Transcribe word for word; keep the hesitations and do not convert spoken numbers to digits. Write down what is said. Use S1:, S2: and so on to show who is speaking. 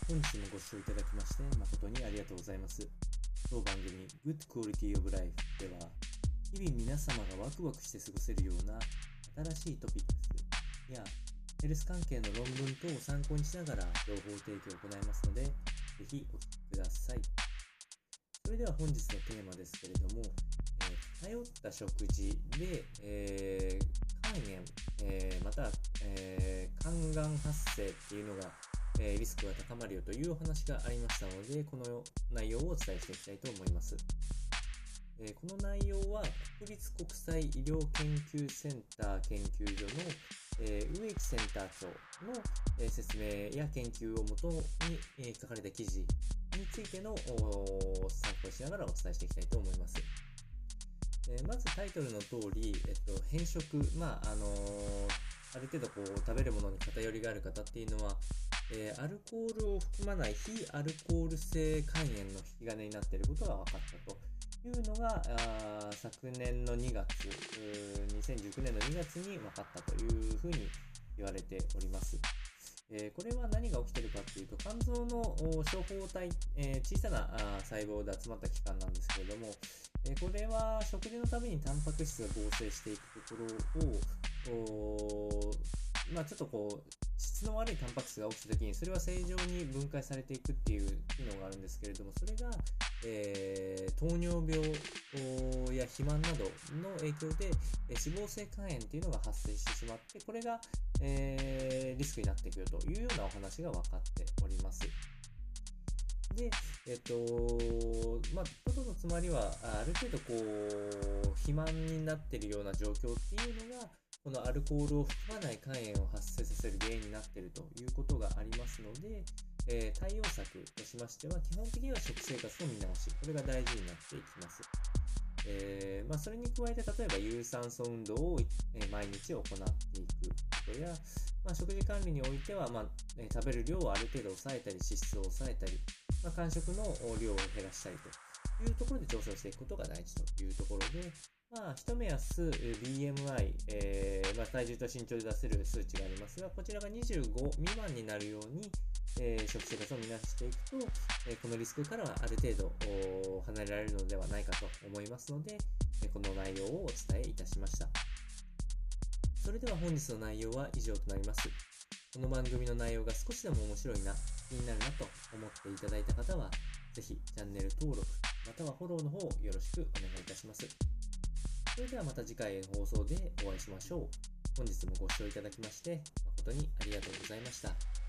S1: 本日もご視聴いただきまして誠にありがとうございます。当番組 Good Quality of Life では、日々皆様がワクワクして過ごせるような新しいトピックスやヘルス関係の論文等を参考にしながら情報提供を行いますので、ぜひお聞きください。それでは本日のテーマですけれども、えー、偏った食事で、えー、肝炎、えー、または、えー、肝がん発生っていうのが、えー、リスクが高まるよというお話がありましたので、この内容をお伝えしていきたいと思います。えー、この内容は国立国際医療研究センター研究所の、えー、植木センター長の、えー、説明や研究をもとに、えー、書かれた記事についての参考にしながらお伝えしていきたいと思います。えー、まずタイトルの通り、えっと、偏食、まああのー、ある程度こう食べるものに偏りがある方っていうのは、えー、アルコールを含まない非アルコール性肝炎の引き金になっていることが分かったというのがあ昨年のにがつ、にせんじゅうきゅうねんのにがつに分かったというふうに言われております。えー、これは何が起きているかというと、肝臓の小胞体、えー、小さな細胞で集まった器官なんですけれども、えー、これは食事のためにタンパク質が合成していくところを、まあ、ちょっとこう質の悪いタンパク質が起きたときにそれは正常に分解されていくっていう機能があるんですけれども、それが、えー、糖尿病や肥満などの影響で、えー、脂肪性肝炎っていうのが発生してしまって、これが、えー、リスクになっていくよというようなお話が分かっております。で、えっと、まあ、ことのつまりは、ある程度こう、肥満になっているような状況っていうのが、このアルコールを含まない肝炎を発生させる原因になっているということがありますので、えー、対応策としましては、基本的には食生活の見直し、これが大事になっていきます。えーまあ、それに加えて、例えば有酸素運動を、えー、毎日行っていくことや、まあ、食事管理においては、まあえー、食べる量をある程度抑えたり、脂質を抑えたり、まあ、間食の量を減らしたりというところで調整していくことが大事というところで、まあ、一目安 ビーエムアイ、えーまあ、体重と身長で出せる数値がありますが、こちらがにじゅうご未満になるように、えー、食生活を見直していくと、えー、このリスクからはある程度離れられるのではないかと思いますので、えー、この内容をお伝えいたしました。それでは本日の内容は以上となります。この番組の内容が少しでも面白いな、気になるなと思っていただいた方は、ぜひチャンネル登録、またはフォローの方をよろしくお願いいたします。それではまた次回の放送でお会いしましょう。本日もご視聴いただきまして誠にありがとうございました。